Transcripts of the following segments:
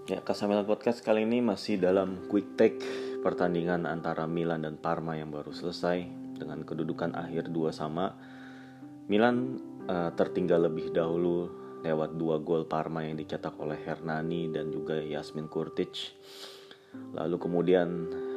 Ya, Kasamilan Podcast kali ini masih dalam quick take pertandingan antara Milan dan Parma yang baru selesai dengan kedudukan akhir 2-2. Milan tertinggal lebih dahulu lewat 2 gol Parma yang dicetak oleh Hernani dan juga Yasmin Kurtic. Lalu kemudian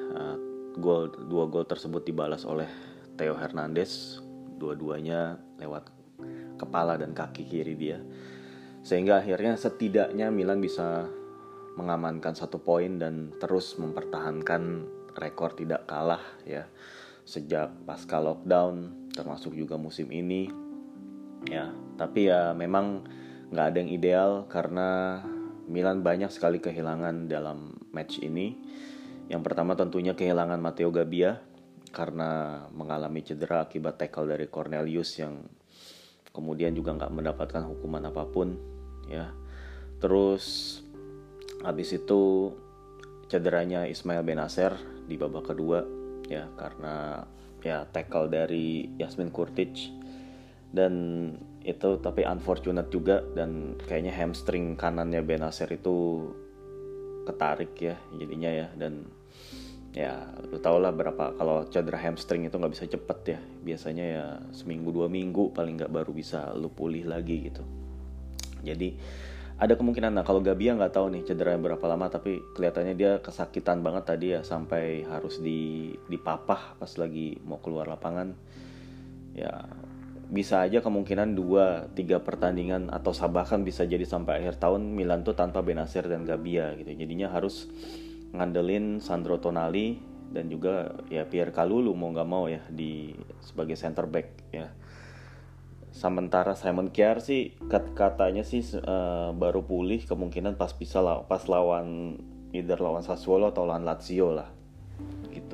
2 gol tersebut dibalas oleh Theo Hernandez, dua-duanya lewat kepala dan kaki kiri dia. Sehingga akhirnya setidaknya Milan bisa mengamankan 1 poin dan terus mempertahankan rekor tidak kalah ya sejak pasca lockdown, termasuk juga musim ini ya. Tapi ya memang nggak ada yang ideal karena Milan banyak sekali kehilangan dalam match ini. Yang pertama tentunya kehilangan Matteo Gabbia karena mengalami cedera akibat tackle dari Cornelius yang kemudian juga nggak mendapatkan hukuman apapun ya. Terus habis itu cederanya Ismail Benacer di babak kedua ya karena ya tackle dari Yasmin Kurtic, dan itu tapi unfortunate juga, dan kayaknya hamstring kanannya Benacer itu ketarik ya jadinya ya. Dan ya lu tau lah berapa kalau cedera hamstring itu nggak bisa cepet ya, biasanya ya seminggu 2 minggu paling nggak baru bisa lu pulih lagi gitu. Jadi ada kemungkinan, nah kalau Gabbia nggak tahu nih cedera berapa lama, tapi kelihatannya dia kesakitan banget tadi ya sampai harus dipapah pas lagi mau keluar lapangan. Ya bisa aja kemungkinan 2-3 pertandingan atau bahkan bisa jadi sampai akhir tahun Milan tuh tanpa Benacer dan Gabbia gitu. Jadinya harus ngandelin Sandro Tonali dan juga ya Pierre Kalulu mau nggak mau ya di sebagai center back ya. Sementara Simon Kjaer sih katanya sih baru pulih kemungkinan pas lawan either lawan Sassuolo atau lawan Lazio lah gitu.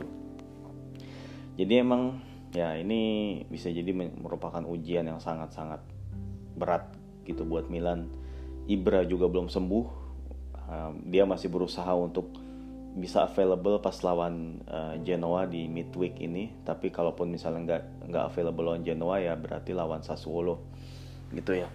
Jadi emang ya ini bisa jadi merupakan ujian yang sangat-sangat berat gitu buat Milan. Ibra juga belum sembuh, dia masih berusaha untuk bisa available pas lawan Genoa di midweek ini. Tapi kalaupun misalnya nggak available lawan Genoa ya berarti lawan Sassuolo gitu ya.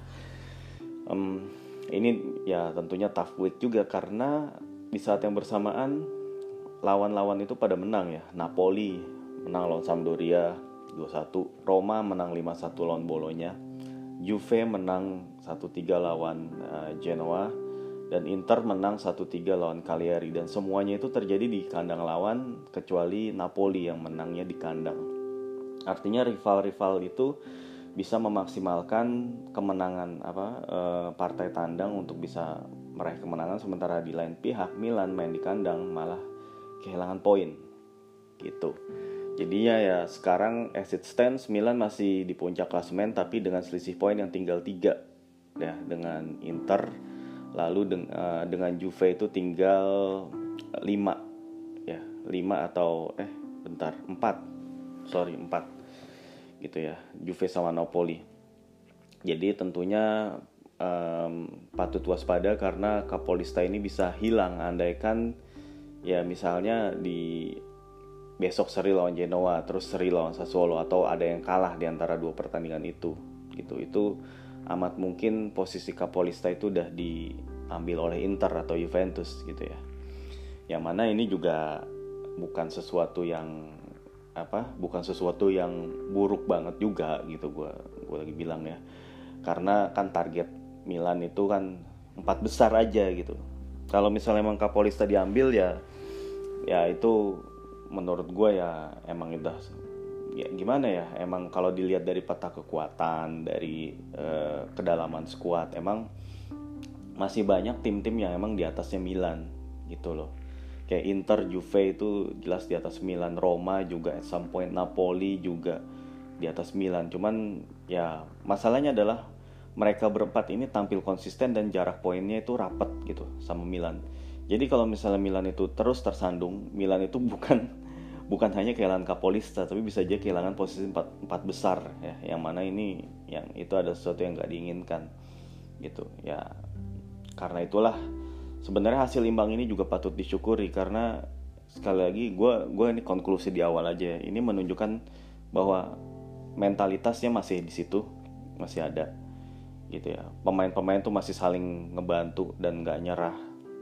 Ini ya tentunya tough week juga karena di saat yang bersamaan lawan-lawan itu pada menang ya. Napoli menang lawan Sampdoria 2-1, Roma menang 5-1 lawan Bologna, Juve menang 1-3 lawan Genoa, dan Inter menang 1-3 lawan Cagliari. Dan semuanya itu terjadi di kandang lawan kecuali Napoli yang menangnya di kandang. Artinya rival-rival itu bisa memaksimalkan kemenangan partai tandang untuk bisa meraih kemenangan, sementara di lain pihak Milan main di kandang malah kehilangan poin gitu. Jadinya ya sekarang as it stands Milan masih di puncak klasemen tapi dengan selisih poin yang tinggal 3 ya dengan Inter. Lalu dengan Juve itu tinggal 5 ya, 5 atau 4 gitu ya, Juve sama Napoli. Jadi tentunya patut waspada karena Capolista ini bisa hilang andaikan ya misalnya di besok seri lawan Genoa terus seri lawan Sassuolo, atau ada yang kalah di antara 2 pertandingan itu gitu. Itu amat mungkin posisi Capolista itu udah diambil oleh Inter atau Juventus gitu ya. Yang mana ini juga bukan sesuatu yang buruk banget juga gitu, gue lagi bilang ya. Karena kan target Milan itu kan 4 besar aja gitu. Kalau misalnya emang Capolista diambil ya itu menurut gue ya emang udah ya gimana ya, emang kalau dilihat dari peta kekuatan, dari kedalaman skuad, emang masih banyak tim-tim yang emang di atasnya Milan gitu loh. Kayak Inter, Juve itu jelas di atas Milan, Roma juga at some point, Napoli juga di atas Milan. Cuman ya masalahnya adalah mereka berempat ini tampil konsisten dan jarak poinnya itu rapat gitu sama Milan. Jadi kalau misalnya Milan itu terus tersandung, Milan itu bukan hanya kehilangan Capolista tapi bisa aja kehilangan posisi 4 besar ya, yang mana ini yang itu ada sesuatu yang nggak diinginkan gitu ya. Karena itulah sebenarnya hasil imbang ini juga patut disyukuri, karena sekali lagi gue ini konklusi di awal aja ya, ini menunjukkan bahwa mentalitasnya masih di situ, masih ada gitu ya. Pemain-pemain tuh masih saling ngebantu dan nggak nyerah.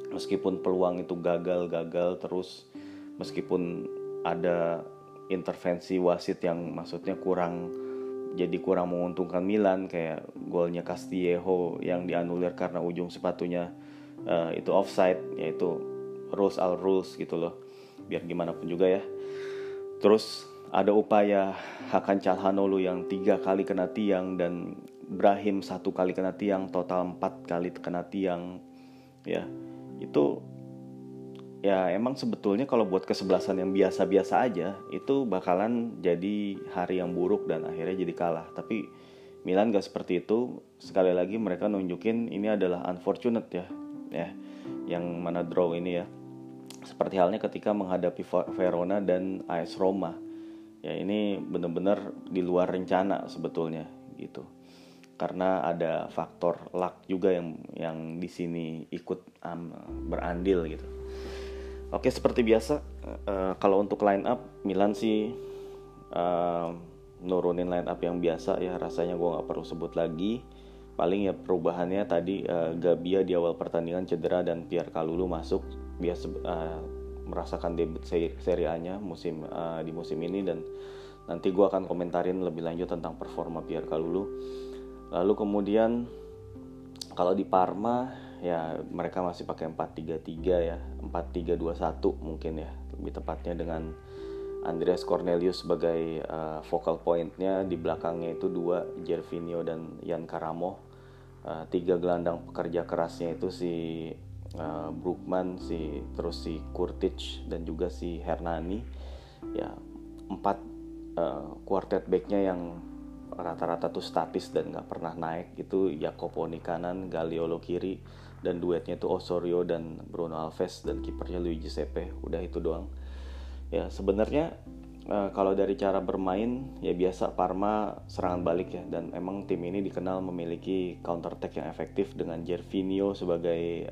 meskipun peluang itu gagal terus, meskipun ada intervensi wasit yang maksudnya kurang menguntungkan Milan, kayak golnya Castillejo yang dianulir karena ujung sepatunya itu offside, yaitu rules all rules gitu loh, biar gimana pun juga ya. Terus ada upaya Hakan Calhanoglu yang 3 kali kena tiang dan Brahim 1 kali kena tiang, total 4 kali kena tiang ya. Itu ya emang sebetulnya kalau buat kesebelasan yang biasa-biasa aja itu bakalan jadi hari yang buruk dan akhirnya jadi kalah. Tapi Milan gak seperti itu. Sekali lagi mereka nunjukin ini adalah unfortunate ya yang mana draw ini ya. Seperti halnya ketika menghadapi Verona dan AS Roma. Ya ini benar-benar di luar rencana sebetulnya gitu. Karena ada faktor luck juga yang di sini ikut berandil gitu. Oke, seperti biasa kalau untuk line up Milan sih nurunin line up yang biasa ya, rasanya gue nggak perlu sebut lagi. Paling ya perubahannya tadi Gabbia di awal pertandingan cedera dan Pierre Kalulu masuk, biasa merasakan debut Serie A-nya di musim ini, dan nanti gue akan komentarin lebih lanjut tentang performa Pierre Kalulu. Lalu kemudian kalau di Parma ya mereka masih pakai 4-3-3 ya, 4-3-2-1 mungkin ya lebih tepatnya, dengan Andreas Cornelius sebagai focal point-nya. Di belakangnya itu 2, Gervinho dan Jan Karamoh. 3 gelandang pekerja kerasnya itu si Brugman, terus si Kurtic dan juga si Hernani. Ya 4 quartet back-nya yang rata-rata tuh statis dan gak pernah naik itu Jacoponi kanan, Gagliolo kiri, dan duetnya itu Osorio dan Bruno Alves, dan kipernya Luigi Sepe. Udah itu doang. Ya sebenarnya kalau dari cara bermain ya biasa Parma serangan balik ya, dan emang tim ini dikenal memiliki counter attack yang efektif dengan Gervinho sebagai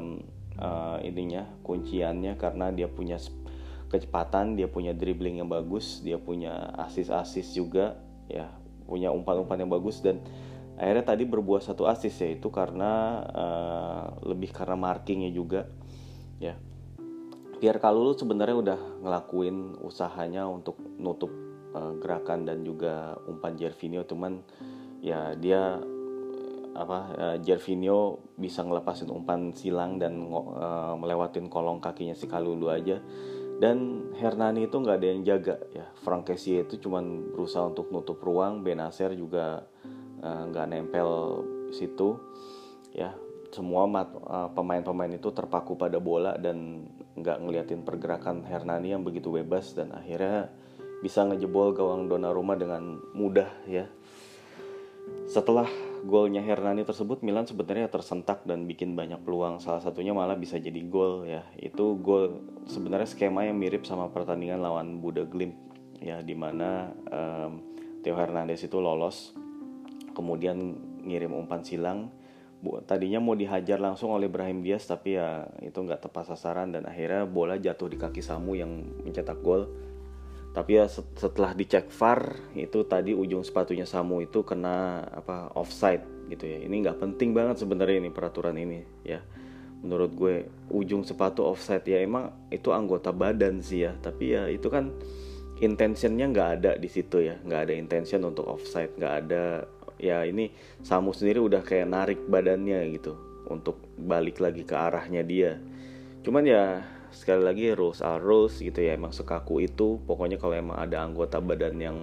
kunciannya, karena dia punya kecepatan, dia punya dribbling yang bagus, dia punya assist juga ya, punya umpan-umpan yang bagus, dan akhirnya tadi berbuah 1 assist ya, itu karena lebih karena markingnya juga ya. Pierre Kalulu sebenarnya udah ngelakuin usahanya untuk nutup gerakan dan juga umpan Gervinho, cuman ya dia Gervinho bisa ngelepasin umpan silang dan melewatin kolong kakinya si Kalulu aja, dan Hernani itu nggak ada yang jaga ya. Franck Kessié itu cuman berusaha untuk nutup ruang, Benacer juga nggak nempel situ ya. Semua pemain-pemain itu terpaku pada bola dan nggak ngeliatin pergerakan Hernani yang begitu bebas, dan akhirnya bisa ngejebol gawang Donnarumma dengan mudah ya. Setelah golnya Hernani tersebut, Milan sebenarnya tersentak dan bikin banyak peluang. Salah satunya malah bisa jadi gol ya. Itu gol sebenarnya skema yang mirip sama pertandingan lawan Bodo Glimt ya, dimana Theo Hernandez itu lolos, kemudian ngirim umpan silang. Tadinya mau dihajar langsung oleh Brahim Diaz, tapi ya itu nggak tepat sasaran, dan akhirnya bola jatuh di kaki Samu yang mencetak gol. Tapi ya setelah dicek VAR, itu tadi ujung sepatunya Samu itu kena offside gitu ya. Ini nggak penting banget sebenarnya ini peraturan ini ya. Menurut gue ujung sepatu offside ya, emang itu anggota badan sih ya, tapi ya itu kan intentionnya nggak ada di situ ya, nggak ada intention untuk offside, nggak ada. Ya ini Samu sendiri udah kayak narik badannya gitu untuk balik lagi ke arahnya dia. Cuman ya sekali lagi rules are rules gitu ya, emang sekaku itu. Pokoknya kalau emang ada anggota badan yang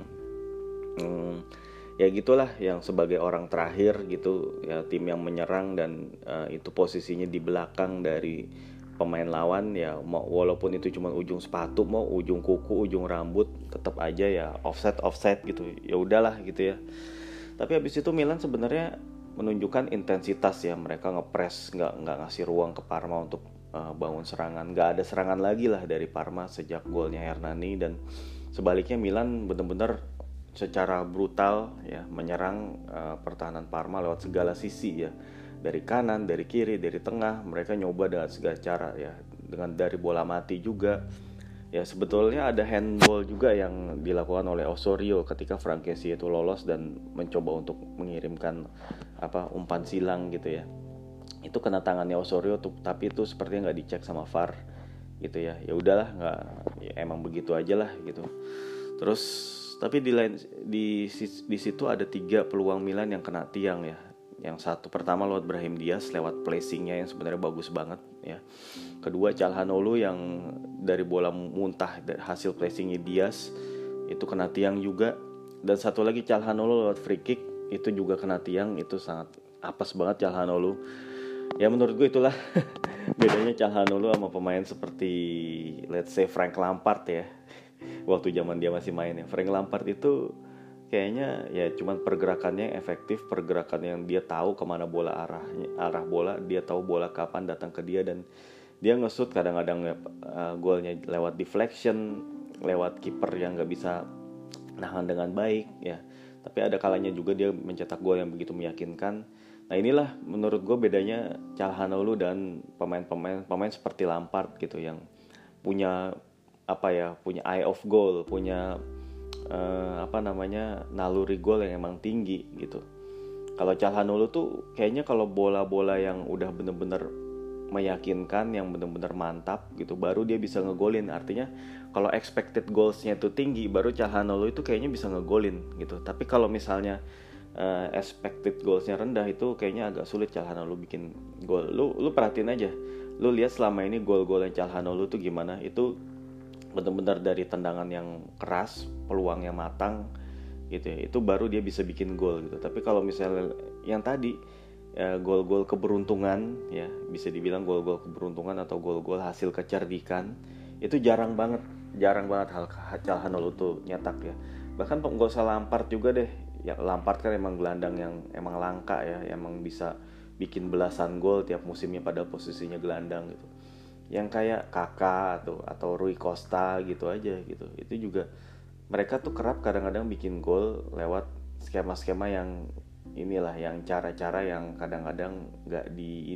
ya gitulah, yang sebagai orang terakhir gitu ya, tim yang menyerang dan itu posisinya di belakang dari pemain lawan ya, walaupun itu cuma ujung sepatu, mau ujung kuku, ujung rambut, tetap aja ya offside gitu. Ya udahlah gitu ya. Tapi habis itu Milan sebenarnya menunjukkan intensitas ya, mereka ngepres, nggak ngasih ruang ke Parma untuk bangun serangan. Nggak ada serangan lagi lah dari Parma sejak golnya Hernani, dan sebaliknya Milan benar-benar secara brutal ya menyerang pertahanan Parma lewat segala sisi ya, dari kanan, dari kiri, dari tengah. Mereka nyoba dengan segala cara ya, dengan dari bola mati juga. Ya sebetulnya ada handball juga yang dilakukan oleh Osorio ketika Franck Kessié itu lolos dan mencoba untuk mengirimkan umpan silang gitu ya. itu kena tangannya Osorio tuh, tapi itu sepertinya nggak dicek sama VAR gitu ya. Ya udahlah, nggak, ya emang begitu aja lah gitu. Terus tapi di situ ada 3 peluang Milan yang kena tiang ya. Yang satu pertama lewat Brahim Diaz lewat placingnya yang sebenarnya bagus banget ya. Kedua Calhanoglu yang dari bola muntah hasil placingnya Diaz itu kena tiang juga. Dan satu lagi Calhanoglu lewat free kick itu juga kena tiang, itu sangat apes banget Calhanoglu. Ya menurut gue itulah bedanya Calhanoglu sama pemain seperti let's say Frank Lampard ya. Waktu zaman dia masih main ya. Frank Lampard itu kayaknya ya cuman pergerakannya efektif, pergerakan yang dia tahu kemana bola arah bola, dia tahu bola kapan datang ke dia, dan dia nge-shoot kadang-kadang golnya lewat deflection, lewat kiper yang nggak bisa nahan dengan baik ya. Tapi ada kalanya juga dia mencetak gol yang begitu meyakinkan. Nah inilah menurut gue bedanya Calhanoglu dan pemain seperti Lampard gitu, yang punya punya eye of goal, punya naluri gol yang emang tinggi gitu. Kalau Calhanoglu tuh kayaknya kalau bola-bola yang udah bener-bener meyakinkan, yang bener-bener mantap gitu, baru dia bisa ngegolin. Artinya kalau expected goalsnya itu tinggi, baru Calhanoglu itu kayaknya bisa ngegolin gitu. Tapi kalau misalnya expected goalsnya rendah, itu kayaknya agak sulit Calhanoglu bikin gol. Lu perhatiin aja, lu lihat selama ini gol-gol yang Calhanoglu tuh gimana. Itu benar-benar dari tendangan yang keras, peluangnya matang gitu ya, itu baru dia bisa bikin gol gitu. Tapi kalau misalnya yang tadi ya, gol-gol keberuntungan ya, bisa dibilang gol-gol keberuntungan atau gol-gol hasil kecerdikan, itu jarang banget hal Calhanoglu tuh nyetak ya. Bahkan nggak usah Lampard juga deh ya, Lampard kan emang gelandang yang emang langka ya, emang bisa bikin belasan gol tiap musimnya padahal posisinya gelandang gitu. Yang kayak Kakak atau Rui Costa gitu aja gitu, itu juga mereka tuh kerap kadang-kadang bikin gol lewat skema-skema yang inilah, yang cara-cara yang kadang-kadang nggak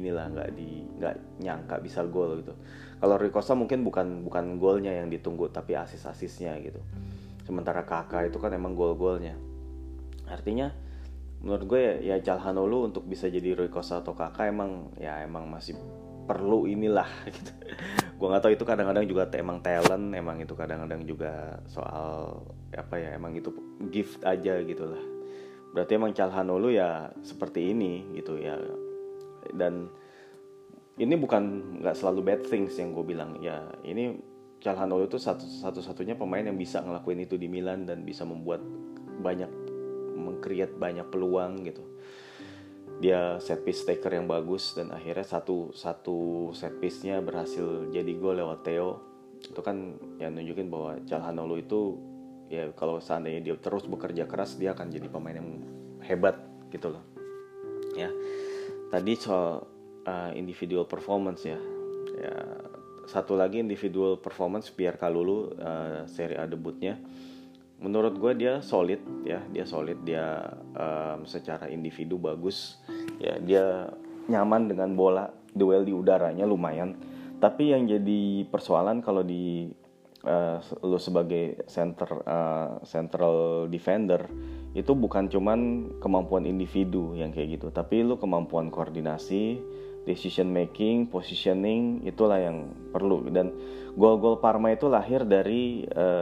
nyangka bisa gol gitu. Kalau Rui Costa mungkin bukan golnya yang ditunggu, tapi asis-asisnya gitu. Sementara Kakak itu kan emang gol-golnya. Artinya menurut gue ya Calhanoglu untuk bisa jadi Rui Costa atau Kakak emang masih perlu inilah gitu. Gue nggak tahu itu kadang-kadang juga emang talent, emang itu kadang-kadang juga soal emang itu gift aja gitu lah. Berarti emang Calhanoglu ya seperti ini gitu ya. Dan ini bukan nggak selalu bad things yang gue bilang ya. Ini Calhanoglu itu satu-satunya pemain yang bisa ngelakuin itu di Milan dan bisa membuat meng-create banyak peluang gitu. Dia set piece taker yang bagus, dan akhirnya satu set piece-nya berhasil jadi gol lewat Theo. Itu kan yang nunjukin bahwa Calhanoglu itu ya kalau seandainya dia terus bekerja keras, dia akan jadi pemain yang hebat gitu loh. Ya. Tadi soal individual performance ya. Ya, satu lagi individual performance Pierre Kalulu, Serie A debutnya. Menurut gue dia solid, dia secara individu bagus ya, dia nyaman dengan bola, duel di udaranya lumayan. Tapi yang jadi persoalan kalau lu sebagai central defender itu bukan cuman kemampuan individu yang kayak gitu, tapi lu kemampuan koordinasi, decision making, positioning, itulah yang perlu. Dan gol-gol Parma itu lahir dari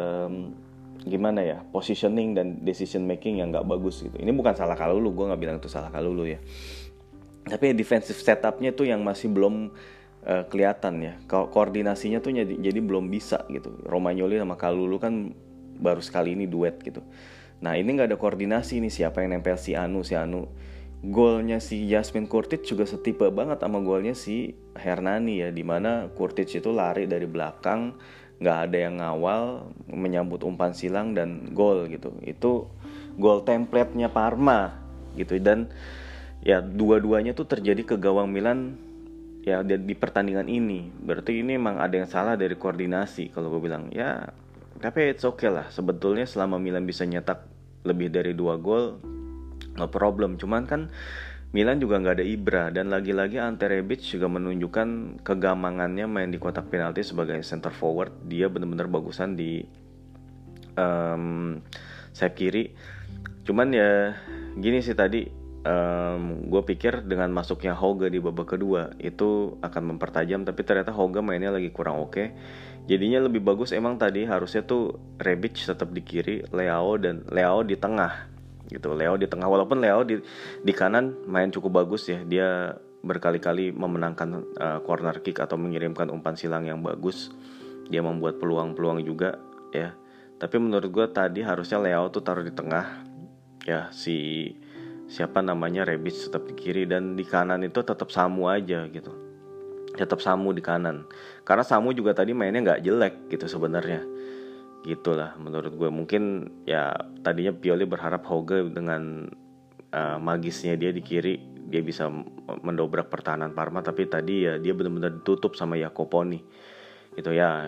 positioning dan decision making yang nggak bagus gitu. Ini bukan salah Kalulu, gue nggak bilang itu salah Kalulu ya. Tapi defensive setupnya tuh yang masih belum kelihatan ya. Koordinasinya tuh jadi belum bisa gitu. Romagnoli sama Kalulu kan baru sekali ini duet gitu. Nah ini nggak ada koordinasi nih, siapa yang nempel si Anu. Golnya si Jasmin Kurtic juga setipe banget sama golnya si Hernani ya, dimana Kurtic itu lari dari belakang, nggak ada yang ngawal, menyambut umpan silang dan gol gitu. Itu gol template-nya Parma gitu. Dan ya dua-duanya tuh terjadi ke gawang Milan ya di pertandingan ini. Berarti ini emang ada yang salah dari koordinasi kalau gue bilang ya. Tapi it's okay lah, sebetulnya selama Milan bisa nyetak lebih dari 2 gol no problem. Cuman kan Milan juga nggak ada Ibra, dan lagi-lagi Ante Rebic juga menunjukkan kegamangannya main di kotak penalti sebagai center forward. Dia benar-benar bagusan di sayap kiri. Cuman ya gini sih, tadi gue pikir dengan masuknya Hauge di babak kedua itu akan mempertajam, tapi ternyata Hauge mainnya lagi kurang oke. Jadinya lebih bagus emang tadi harusnya tuh Rebic tetap di kiri, Leao di tengah gitu. Leao di tengah, walaupun Leao di kanan main cukup bagus ya. Dia berkali-kali memenangkan corner kick atau mengirimkan umpan silang yang bagus. Dia membuat peluang-peluang juga ya. Tapi menurut gue tadi harusnya Leao tuh taruh di tengah ya, Rebic tetap di kiri, dan di kanan itu tetap Samu aja gitu. Tetap Samu di kanan. Karena Samu juga tadi mainnya nggak jelek gitu sebenarnya. Gitulah menurut gue. Mungkin ya tadinya Pioli berharap Hauge dengan magisnya dia di kiri dia bisa mendobrak pertahanan Parma, tapi tadi ya dia benar-benar ditutup sama Jacoponi. Gitu ya.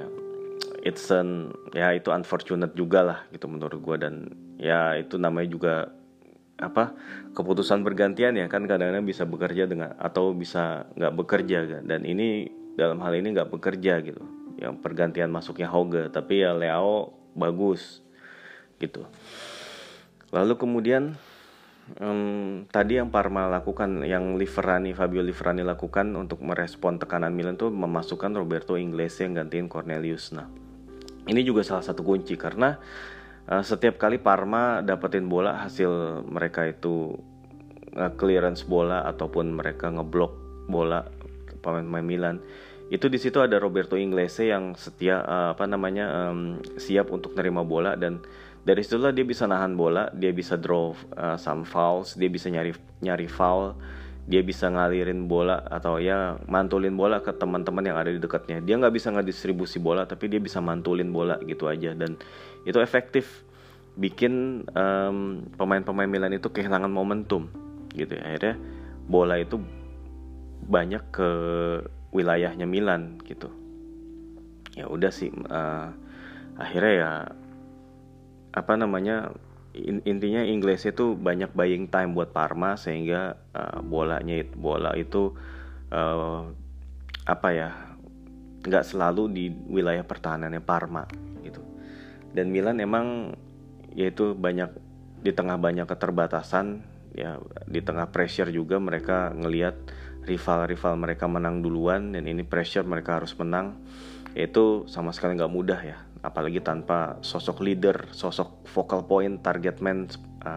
Itu unfortunate juga lah gitu menurut gue, dan ya itu namanya juga keputusan bergantian ya kan, kadang-kadang bisa bekerja dengan atau bisa nggak bekerja kan, dan ini dalam hal ini nggak bekerja gitu, yang pergantian masuknya Hauge, tapi ya Leao bagus gitu. Lalu kemudian tadi yang Parma lakukan, yang Fabio Liverani lakukan untuk merespon tekanan Milan tuh memasukkan Roberto Inglese yang gantiin Cornelius. Nah ini juga salah satu kunci, karena setiap kali Parma dapetin bola, hasil mereka itu clearance bola ataupun mereka ngeblok bola pemain Milan, itu di situ ada Roberto Inglese yang siap untuk nerima bola, dan dari situlah dia bisa nahan bola, dia bisa draw some fouls, dia bisa nyari foul, dia bisa ngalirin bola atau ya mantulin bola ke teman-teman yang ada di dekatnya. Dia nggak bisa ngedistribusi bola, tapi dia bisa mantulin bola gitu aja, dan itu efektif bikin pemain-pemain Milan itu kehilangan momentum gitu ya. Akhirnya bola itu banyak ke wilayahnya Milan gitu. Ya udah sih, akhirnya ya intinya Inggris itu banyak buying time buat Parma, sehingga bola itu nggak selalu di wilayah pertahanannya Parma gitu. Dan Milan emang yaitu banyak di tengah banyak keterbatasan ya, di tengah pressure juga mereka ngelihat rival mereka menang duluan, dan ini pressure mereka harus menang, itu sama sekali nggak mudah ya, apalagi tanpa sosok leader, sosok focal point, target man,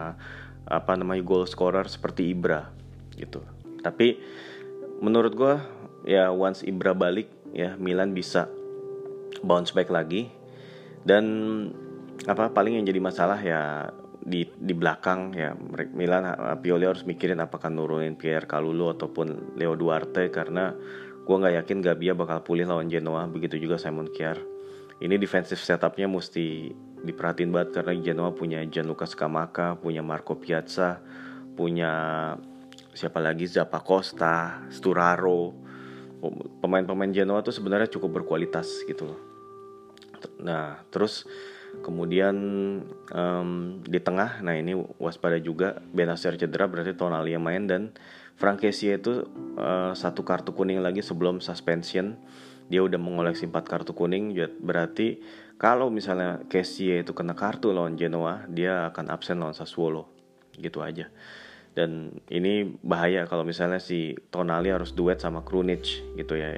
goal scorer seperti Ibra gitu. Tapi menurut gue ya once Ibra balik ya Milan bisa bounce back lagi, dan paling yang jadi masalah ya di belakang ya, Milan Pioli harus mikirin apakah nurunin Pierre Kalulu ataupun Leo Duarte, karena gue nggak yakin Gabbia bakal pulih lawan Genoa, begitu juga Simon Kjaer. Ini defensive setupnya mesti diperhatiin banget, karena Genoa punya Gianluca Scamacca, punya Marco Piazza, punya siapa lagi, Zappacosta, Sturaro. Pemain-pemain Genoa tuh sebenarnya cukup berkualitas gitu loh. Nah terus kemudian di tengah, nah ini waspada juga, Benacer cedera, berarti Tonali yang main, dan Franck Kessié itu satu kartu kuning lagi sebelum suspension. Dia udah mengoleksi 4 kartu kuning, berarti kalau misalnya Kessié itu kena kartu lawan Genoa, dia akan absen lawan Sassuolo gitu aja. Dan ini bahaya kalau misalnya si Tonali harus duet sama Krunic gitu ya.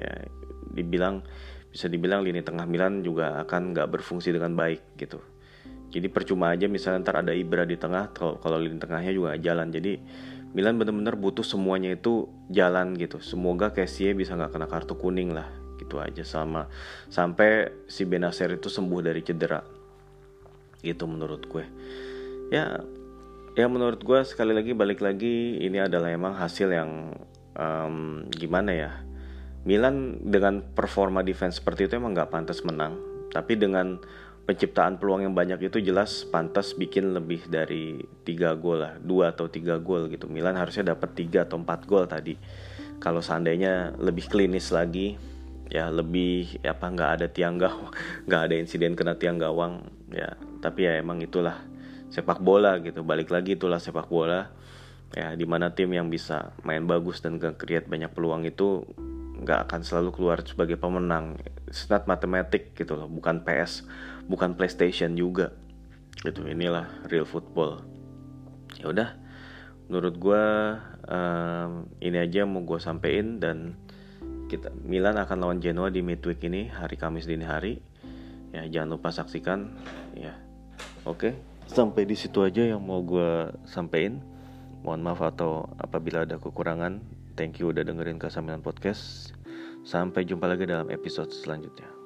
Bisa dibilang lini tengah Milan juga akan nggak berfungsi dengan baik gitu. Jadi percuma aja misalnya ntar ada Ibra di tengah, kalau lini tengahnya juga gak jalan. Jadi Milan benar-benar butuh semuanya itu jalan gitu. Semoga Kessié bisa nggak kena kartu kuning lah gitu aja, sampai si Benacer itu sembuh dari cedera. Gitu menurut gue. Ya menurut gue sekali lagi balik lagi, ini adalah emang hasil yang gimana ya, Milan dengan performa defense seperti itu emang gak pantas menang, tapi dengan penciptaan peluang yang banyak itu jelas pantas bikin lebih dari 3 gol lah, 2 atau 3 gol gitu. Milan harusnya dapat 3 atau 4 gol tadi, kalau seandainya lebih klinis lagi ya, lebih gak ada tiang gawang, gak ada insiden kena tiang gawang ya. Tapi ya emang itulah sepak bola gitu, balik lagi itulah sepak bola ya, dimana tim yang bisa main bagus dan create banyak peluang itu nggak akan selalu keluar sebagai pemenang. It's not mathematic gitu loh, bukan PS, bukan PlayStation juga gitu. Inilah real football. Ya udah, menurut gue ini aja mau gue sampein. Dan Milan akan lawan Genoa di midweek ini, hari Kamis dini hari. Ya, jangan lupa saksikan. Ya, oke. Sampai di situ aja yang mau gue sampein. Mohon maaf atau apabila ada kekurangan. Thank you udah dengerin Kasamilan Podcast. Sampai jumpa lagi dalam episode selanjutnya.